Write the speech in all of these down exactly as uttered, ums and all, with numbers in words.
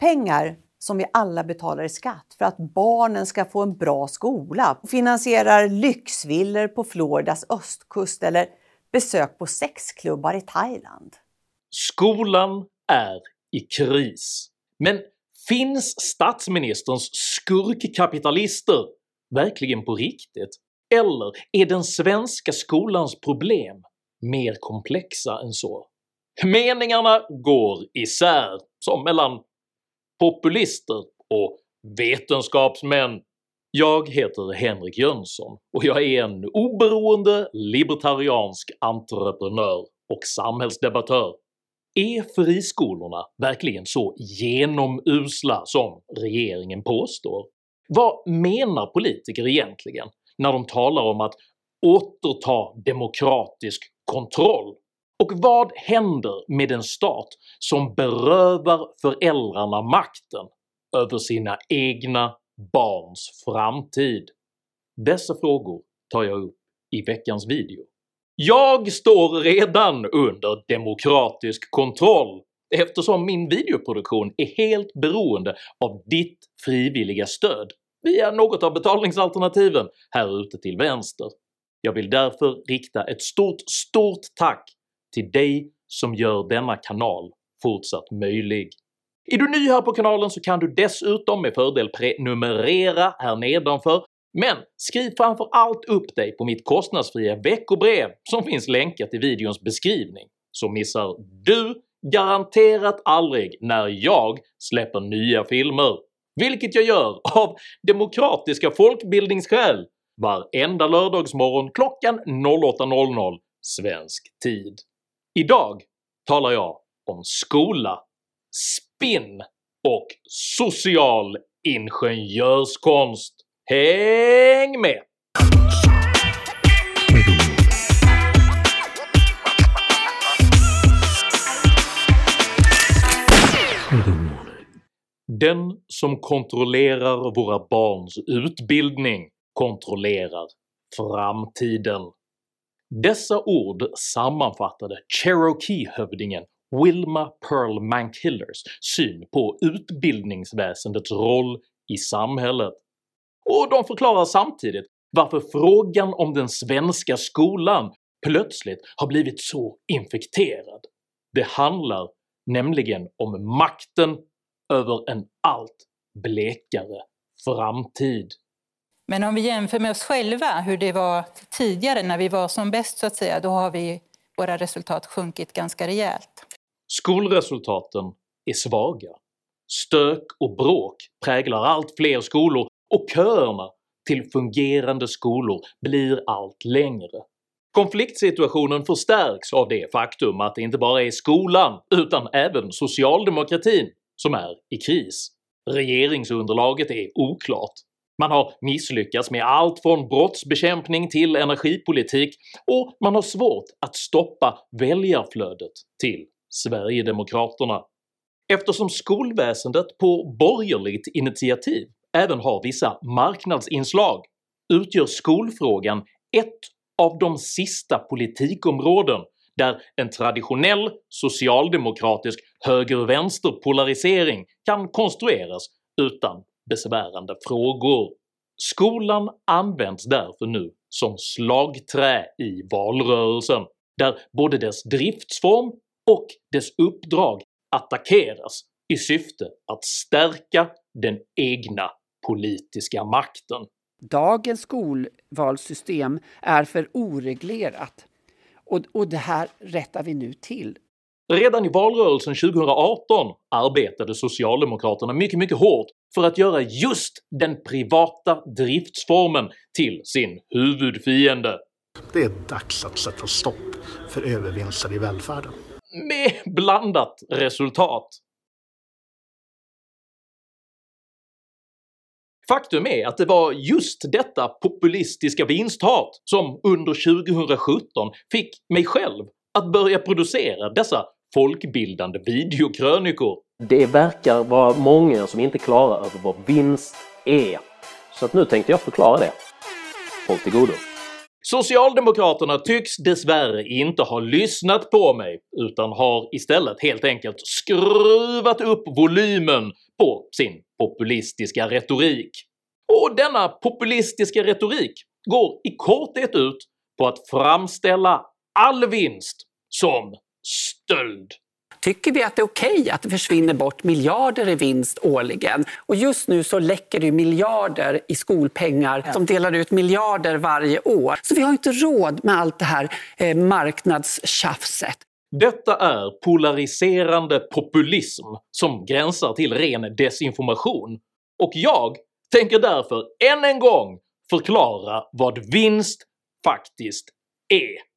Pengar som vi alla betalar i skatt för att barnen ska få en bra skola, finansierar lyxvillor på Floridas östkust eller besök på sexklubbar i Thailand. Skolan är i kris. Men finns statsministerns skurkkapitalister verkligen på riktigt? Eller är den svenska skolans problem mer komplexa än så? Meningarna går isär, som mellan populister och vetenskapsmän. Jag heter Henrik Jönsson och jag är en oberoende libertariansk entreprenör och samhällsdebattör. Är friskolorna verkligen så genomusla som regeringen påstår? Vad menar politiker egentligen när de talar om att återta demokratisk kontroll? Och vad händer med en stat som berövar föräldrarna makten över sina egna barns framtid? Dessa frågor tar jag upp i veckans video. Jag står redan under demokratisk kontroll eftersom min videoproduktion är helt beroende av ditt frivilliga stöd via något av betalningsalternativen här ute till vänster. Jag vill därför rikta ett stort stort tack till dig som gör denna kanal fortsatt möjlig. Är du ny här på kanalen så kan du dessutom med fördel prenumerera här nedanför, men skriv framför allt upp dig på mitt kostnadsfria veckobrev som finns länkat i videons beskrivning, så missar du garanterat aldrig när jag släpper nya filmer, vilket jag gör av demokratiska folkbildningsskäl varenda lördagsmorgon klockan åtta noll noll svensk tid. Idag talar jag om skola, spinn och social ingenjörskonst. Häng med! Den som kontrollerar våra barns utbildning kontrollerar framtiden. Dessa ord sammanfattade Cherokee-hövdingen Wilma Pearl Mankillers syn på utbildningsväsendets roll i samhället. Och de förklarar samtidigt varför frågan om den svenska skolan plötsligt har blivit så infekterad. Det handlar nämligen om makten över en allt blekare framtid. Men om vi jämför med oss själva, hur det var tidigare när vi var som bäst så att säga, då har vi våra resultat sjunkit ganska rejält. Skolresultaten är svaga. Stök och bråk präglar allt fler skolor och köerna till fungerande skolor blir allt längre. Konfliktsituationen förstärks av det faktum att det inte bara är skolan utan även socialdemokratin som är i kris. Regeringsunderlaget är oklart. Man har misslyckats med allt från brottsbekämpning till energipolitik och man har svårt att stoppa väljarflödet till Sverigedemokraterna. Eftersom skolväsendet på borgerligt initiativ även har vissa marknadsinslag utgör skolfrågan ett av de sista politikområden där en traditionell socialdemokratisk höger-vänster-polarisering kan konstrueras utan besvärande frågor. Skolan används därför nu som slagträ i valrörelsen, där både dess driftsform och dess uppdrag attackeras i syfte att stärka den egna politiska makten. Dagens skolvalssystem är för oreglerat och, och det här rättar vi nu till. Redan i valrörelsen tjugohundraarton arbetade Socialdemokraterna mycket mycket hårt för att göra just den privata driftsformen till sin huvudfiende. Det är dags att sätta stopp för övervinster i välfärden. Med blandat resultat. Faktum är att det var just detta populistiska vinsthat som under tjugohundrasjutton fick mig själv att börja producera dessa folkbildande videokrönikor. Det verkar vara många som inte klarar över vad vinst är. Så att nu tänkte jag förklara det. Håll till godo. Socialdemokraterna tycks dessvärre inte ha lyssnat på mig utan har istället helt enkelt skruvat upp volymen på sin populistiska retorik. Och denna populistiska retorik går i korthet ut på att framställa all vinst som stöld. Tycker vi att det är okej att det försvinner bort miljarder i vinst årligen? Och just nu så läcker det miljarder i skolpengar som delar ut miljarder varje år. Så vi har inte råd med allt det här eh, marknadstjafset. Detta är polariserande populism som gränsar till ren desinformation, och jag tänker därför än en gång förklara vad vinst faktiskt är.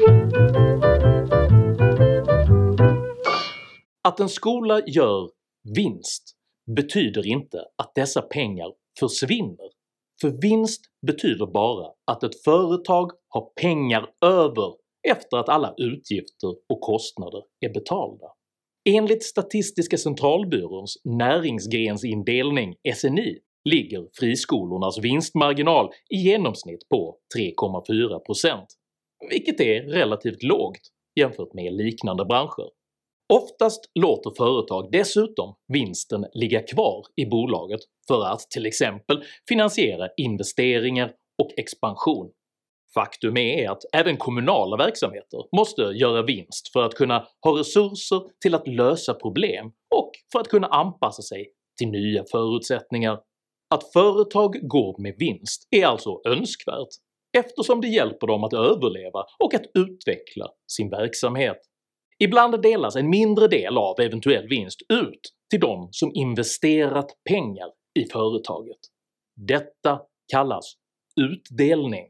Att en skola gör vinst betyder inte att dessa pengar försvinner, för vinst betyder bara att ett företag har pengar över efter att alla utgifter och kostnader är betalda. Enligt Statistiska centralbyråns näringsgrensindelning S N I ligger friskolornas vinstmarginal i genomsnitt på tre komma fyra procent, vilket är relativt lågt jämfört med liknande branscher. Oftast låter företag dessutom vinsten ligga kvar i bolaget för att till exempel finansiera investeringar och expansion. Faktum är att även kommunala verksamheter måste göra vinst för att kunna ha resurser till att lösa problem och för att kunna anpassa sig till nya förutsättningar. Att företag går med vinst är alltså önskvärt eftersom det hjälper dem att överleva och att utveckla sin verksamhet. Ibland delas en mindre del av eventuell vinst ut till de som investerat pengar i företaget. Detta kallas utdelning.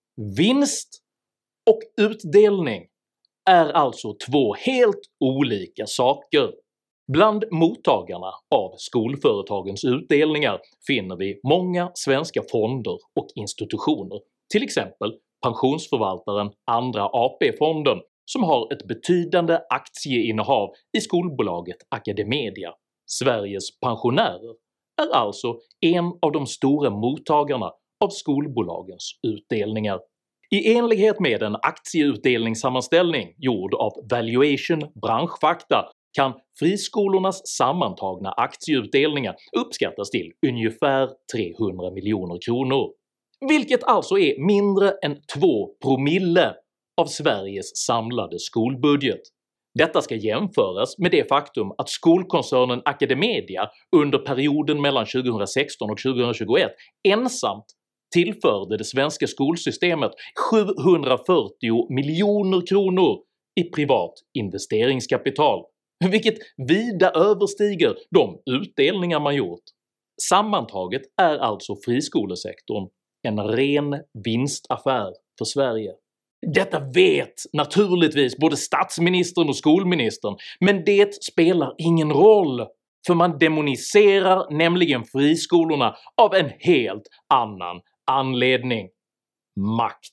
Vinst och utdelning är alltså två helt olika saker. Bland mottagarna av skolföretagens utdelningar finner vi många svenska fonder och institutioner, till exempel pensionsförvaltaren Andra A P-fonden som har ett betydande aktieinnehav i skolbolaget Academedia. Sveriges pensionärer är alltså en av de stora mottagarna av skolbolagens utdelningar. I enlighet med en aktieutdelningssammanställning gjord av Valuation Branschfakta kan friskolornas sammantagna aktieutdelningar uppskattas till ungefär trehundra miljoner kronor, vilket alltså är mindre än två promille av Sveriges samlade skolbudget. Detta ska jämföras med det faktum att skolkoncernen Academedia under perioden mellan tjugohundrasexton och tjugohundratjugoett ensamt tillförde det svenska skolsystemet sjuhundrafyrtio miljoner kronor i privat investeringskapital, vilket vida överstiger de utdelningar man gjort. Sammantaget är alltså friskolesektorn en ren vinstaffär för Sverige. Detta vet naturligtvis både statsministern och skolministern, men det spelar ingen roll, för man demoniserar nämligen friskolorna av en helt annan anledning: makt.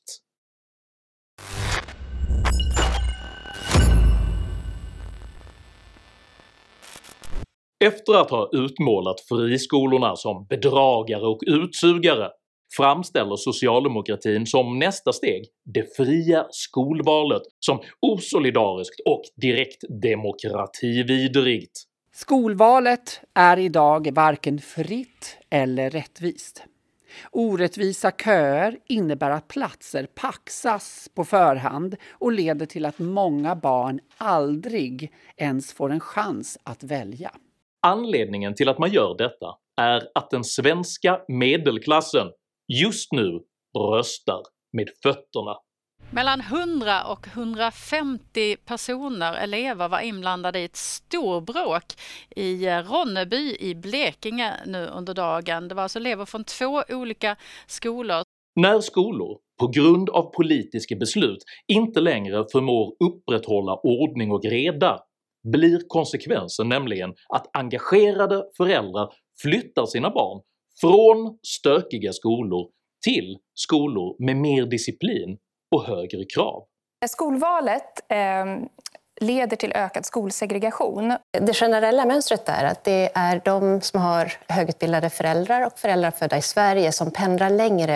Efter att ha utmålat friskolorna som bedragare och utsugare framställer socialdemokratin som nästa steg det fria skolvalet som osolidariskt och direkt demokratividrigt. Skolvalet är idag varken fritt eller rättvist. Orättvisa köer innebär att platser paxas på förhand och leder till att många barn aldrig ens får en chans att välja. Anledningen till att man gör detta är att den svenska medelklassen just nu röstar med fötterna. Mellan hundra och hundrafemtio personer, elever, var inblandade i ett storbråk i Ronneby i Blekinge nu under dagen. Det var alltså elever från två olika skolor. När skolor på grund av politiska beslut inte längre förmår upprätthålla ordning och reda blir konsekvensen nämligen att engagerade föräldrar flyttar sina barn från stökiga skolor till skolor med mer disciplin och högre krav. Skolvalet eh, leder till ökad skolsegregation. Det generella mönstret är att det är de som har högutbildade föräldrar och föräldrar födda i Sverige som pendlar längre bort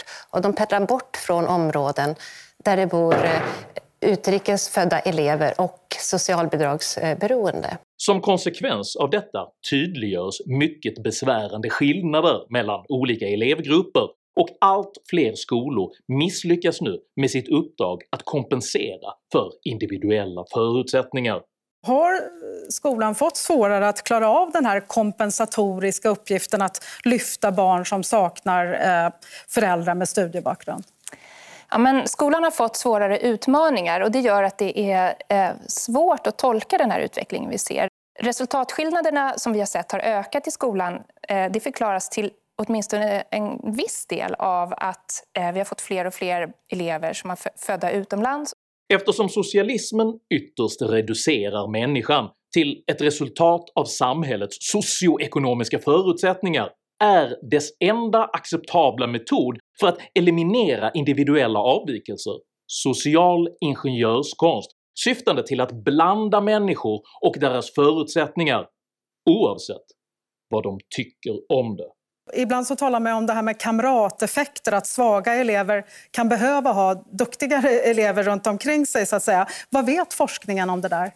och de pendlar bort från områden där det bor utrikesfödda elever och socialbidragsberoende. Som konsekvens av detta tydliggörs mycket besvärande skillnader mellan olika elevgrupper och allt fler skolor misslyckas nu med sitt uppdrag att kompensera för individuella förutsättningar. Har skolan fått svårare att klara av den här kompensatoriska uppgiften att lyfta barn som saknar eh, föräldrar med studiebakgrund? Ja, men skolan har fått svårare utmaningar och det gör att det är eh, svårt att tolka den här utvecklingen vi ser. Resultatskillnaderna som vi har sett har ökat i skolan. Eh, det förklaras till åtminstone en viss del av att eh, vi har fått fler och fler elever som är födda utomlands. Eftersom socialismen ytterst reducerar människan till ett resultat av samhällets socioekonomiska förutsättningar är dess enda acceptabla metod för att eliminera individuella avvikelser social ingenjörskonst syftande till att blanda människor och deras förutsättningar oavsett vad de tycker om det. Ibland så talar man om det här med kamrateffekter, att svaga elever kan behöva ha duktigare elever runt omkring sig så att säga. Vad vet forskningen om det där?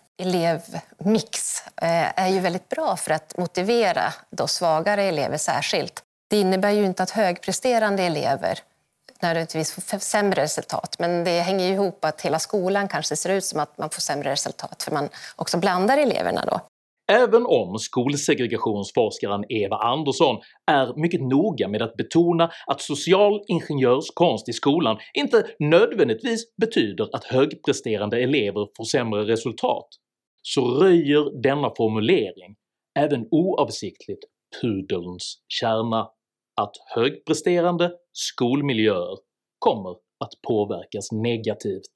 Elevmix är ju väldigt bra för att motivera då svagare elever särskilt. Det innebär ju inte att högpresterande elever nödvändigtvis får sämre resultat, men det hänger ju ihop att hela skolan kanske ser ut som att man får sämre resultat för man också blandar eleverna då. Även om skolsegregationsforskaren Eva Andersson är mycket noga med att betona att social ingenjörskonst i skolan inte nödvändigtvis betyder att högpresterande elever får sämre resultat, så röjer denna formulering även oavsiktligt pudelns kärna, att högpresterande skolmiljöer kommer att påverkas negativt.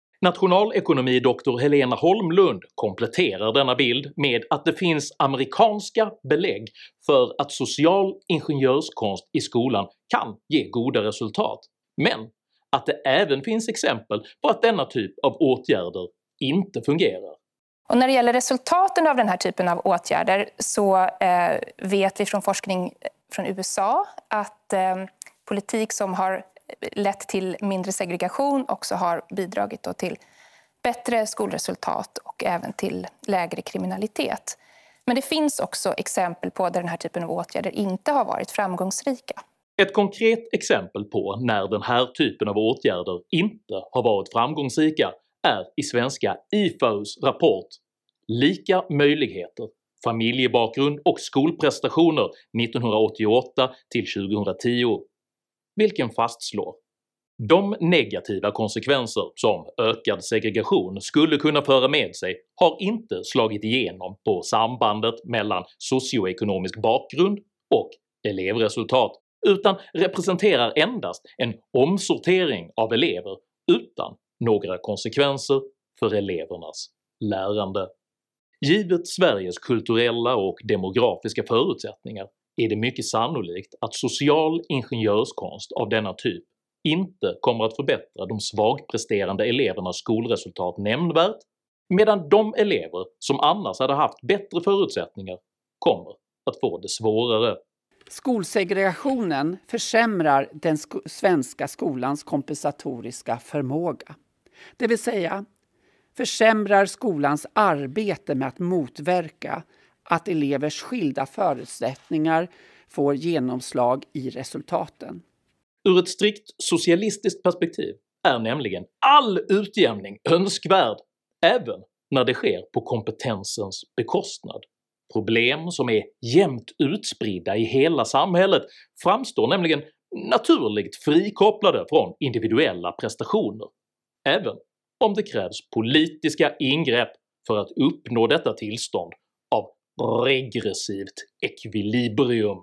Nationalekonomidoktor Helena Holmlund kompletterar denna bild med att det finns amerikanska belägg för att social ingenjörskonst i skolan kan ge goda resultat, men att det även finns exempel på att denna typ av åtgärder inte fungerar. Och när det gäller resultaten av den här typen av åtgärder så eh, vet vi från forskning från U S A att eh, politik som har lett till mindre segregation också har bidragit då till bättre skolresultat och även till lägre kriminalitet. Men det finns också exempel på där den här typen av åtgärder inte har varit framgångsrika. Ett konkret exempel på när den här typen av åtgärder inte har varit framgångsrika är i svenska I F A U:s rapport “Lika möjligheter, familjebakgrund och skolprestationer nittonhundraåttioåtta till tjugohundratio”, vilken fastslår de negativa konsekvenser som ökad segregation skulle kunna föra med sig har inte slagit igenom på sambandet mellan socioekonomisk bakgrund och elevresultat, utan representerar endast en omsortering av elever utan några konsekvenser för elevernas lärande. Givet Sveriges kulturella och demografiska förutsättningar är det mycket sannolikt att social ingenjörskonst av denna typ inte kommer att förbättra de svagpresterande elevernas skolresultat nämnvärt, medan de elever som annars hade haft bättre förutsättningar kommer att få det svårare. Skolsegregationen försämrar den sk- svenska skolans kompensatoriska förmåga. Det vill säga försämrar skolans arbete med att motverka att elevers skilda förutsättningar får genomslag i resultaten. Ur ett strikt socialistiskt perspektiv är nämligen all utjämning önskvärd, även när det sker på kompetensens bekostnad. Problem som är jämnt utspridda i hela samhället framstår nämligen naturligt frikopplade från individuella prestationer, även om det krävs politiska ingrepp för att uppnå detta tillstånd av regressivt ekvilibrium.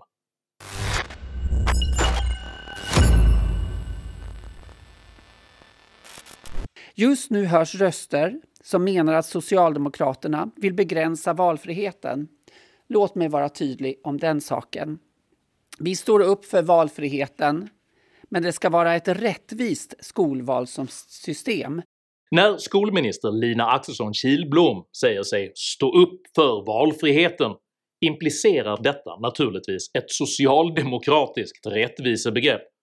Just nu hörs röster som menar att Socialdemokraterna vill begränsa valfriheten. Låt mig vara tydlig om den saken. Vi står upp för valfriheten, men det ska vara ett rättvist skolvalssystem. När skolminister Lina Axelsson Kihlblom säger sig stå upp för valfriheten implicerar detta naturligtvis ett socialdemokratiskt rättvisebegrepp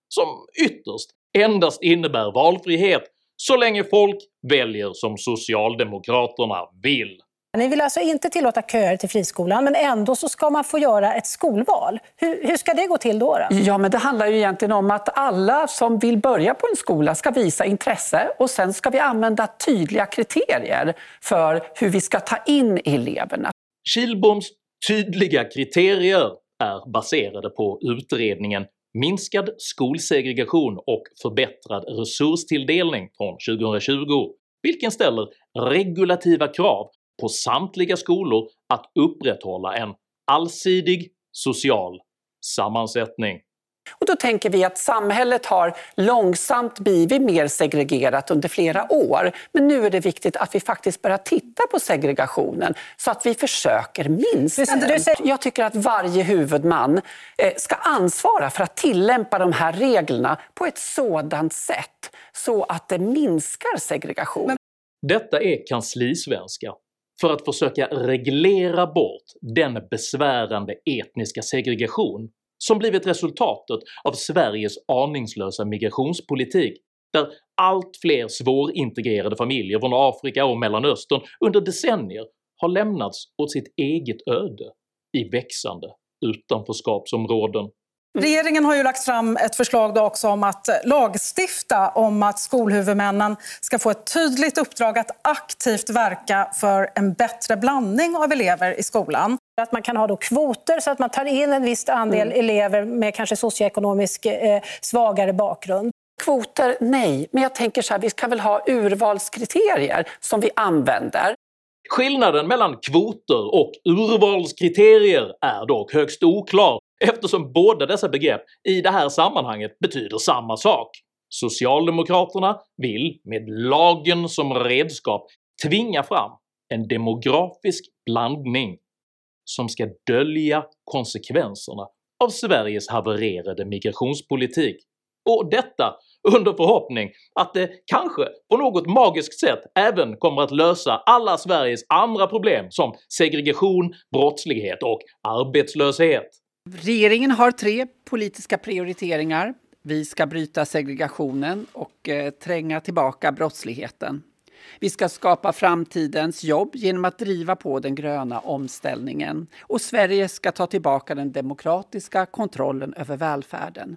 som ytterst endast innebär valfrihet så länge folk väljer som Socialdemokraterna vill. Ni vill alltså inte tillåta köer till friskolan, men ändå så ska man få göra ett skolval. Hur, hur ska det gå till då, då? Ja, men det handlar ju egentligen om att alla som vill börja på en skola ska visa intresse, och sen ska vi använda tydliga kriterier för hur vi ska ta in eleverna. Kihlboms tydliga kriterier är baserade på utredningen Minskad skolsegregation och förbättrad resurstilldelning från tjugohundratjugo, vilken ställer regulativa krav på samtliga skolor att upprätthålla en allsidig social sammansättning. Och då tänker vi att samhället har långsamt blivit mer segregerat under flera år, men nu är det viktigt att vi faktiskt börjar titta på segregationen så att vi försöker minska den. Jag tycker att varje huvudman ska ansvara för att tillämpa de här reglerna på ett sådant sätt så att det minskar segregation. Detta är kanslisvenska för att försöka reglera bort den besvärande etniska segregation som blivit resultatet av Sveriges aningslösa migrationspolitik, där allt fler svårintegrerade familjer från Afrika och Mellanöstern under decennier har lämnats åt sitt eget öde i växande utanförskapsområden. Regeringen har ju lagt fram ett förslag då också om att lagstifta om att skolhuvudmännen ska få ett tydligt uppdrag att aktivt verka för en bättre blandning av elever i skolan. Att man kan ha då kvoter så att man tar in en viss andel mm. elever med kanske socioekonomisk eh, svagare bakgrund. Kvoter, nej. Men jag tänker så här, vi kan väl ha urvalskriterier som vi använder. Skillnaden mellan kvoter och urvalskriterier är dock högst oklar, eftersom båda dessa begrepp i det här sammanhanget betyder samma sak. Socialdemokraterna vill med lagen som redskap tvinga fram en demografisk blandning som ska dölja konsekvenserna av Sveriges havererade migrationspolitik, och detta under förhoppning att det kanske på något magiskt sätt även kommer att lösa alla Sveriges andra problem som segregation, brottslighet och arbetslöshet. Regeringen har tre politiska prioriteringar. Vi ska bryta segregationen och eh, tränga tillbaka brottsligheten. Vi ska skapa framtidens jobb genom att driva på den gröna omställningen, och Sverige ska ta tillbaka den demokratiska kontrollen över välfärden.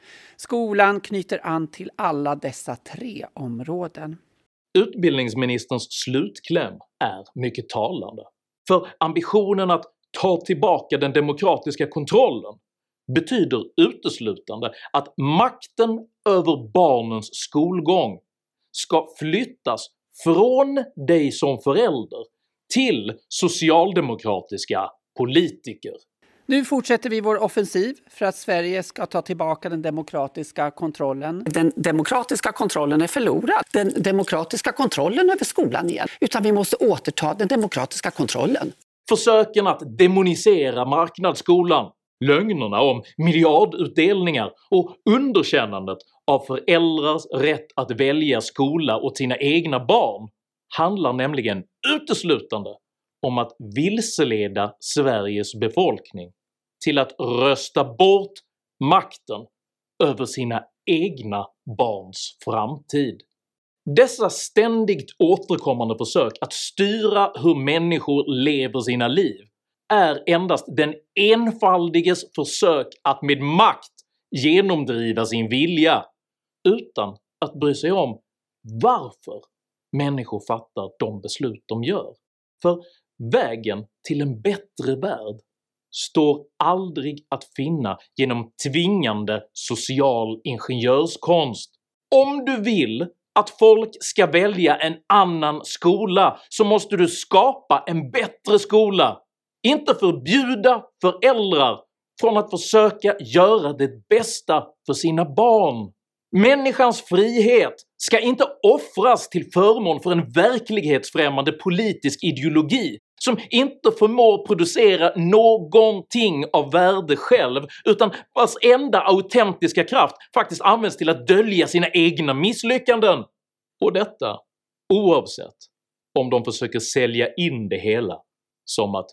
Skolan knyter an till alla dessa tre områden. Utbildningsministerns slutkläm är mycket talande, för ambitionen att ta tillbaka den demokratiska kontrollen betyder uteslutande att makten över barnens skolgång ska flyttas från dig som förälder till socialdemokratiska politiker. Nu fortsätter vi vår offensiv för att Sverige ska ta tillbaka den demokratiska kontrollen. Den demokratiska kontrollen är förlorad. Den demokratiska kontrollen över skolan igen. Utan vi måste återta den demokratiska kontrollen. Försöken att demonisera marknadsskolan, lögnerna om miljardutdelningar och underkännandet av föräldrars rätt att välja skola åt sina egna barn handlar nämligen uteslutande om att vilseleda Sveriges befolkning till att rösta bort makten över sina egna barns framtid. Dessa ständigt återkommande försök att styra hur människor lever sina liv är endast den enfaldiges försök att med makt genomdriva sin vilja utan att bry sig om varför människor fattar de beslut de gör. För vägen till en bättre värld står aldrig att finna genom tvingande social ingenjörskonst. Om du vill att folk ska välja en annan skola så måste du skapa en bättre skola, inte förbjuda föräldrar från att försöka göra det bästa för sina barn. Människans frihet ska inte offras till förmån för en verklighetsfrämmande politisk ideologi som inte förmår producera någonting av värde själv, utan vars enda autentiska kraft faktiskt används till att dölja sina egna misslyckanden. Och detta oavsett om de försöker sälja in det hela som att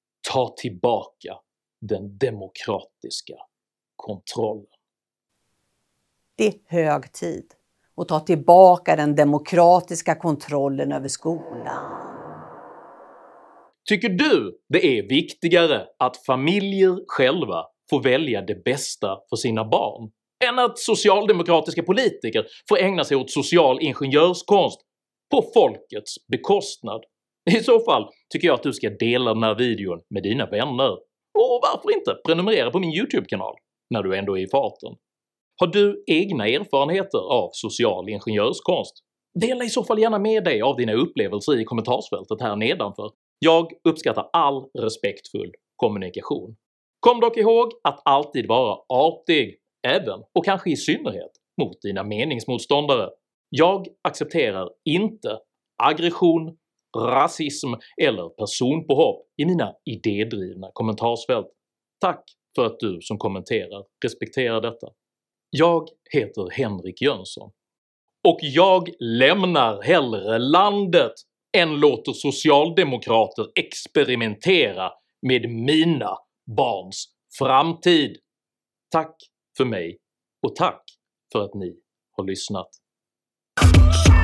ta tillbaka den demokratiska kontrollen. riktigt hög tid att ta tillbaka den demokratiska kontrollen över skolan. Tycker du det är viktigare att familjer själva får välja det bästa för sina barn än att socialdemokratiska politiker får ägna sig åt social ingenjörskonst på folkets bekostnad? I så fall tycker jag att du ska dela den här videon med dina vänner. Och varför inte prenumerera på min YouTube-kanal när du ändå är i farten? Har du egna erfarenheter av social ingenjörskonst? Dela i så fall gärna med dig av dina upplevelser i kommentarsfältet här nedanför. Jag uppskattar all respektfull kommunikation. Kom dock ihåg att alltid vara artig, även och kanske i synnerhet mot dina meningsmotståndare. Jag accepterar inte aggression, rasism eller personpåhopp i mina idédrivna kommentarsfält. Tack för att du som kommenterar respekterar detta. Jag heter Henrik Jönsson, och jag lämnar hellre landet än låter socialdemokrater experimentera med mina barns framtid. Tack för mig och tack för att ni har lyssnat.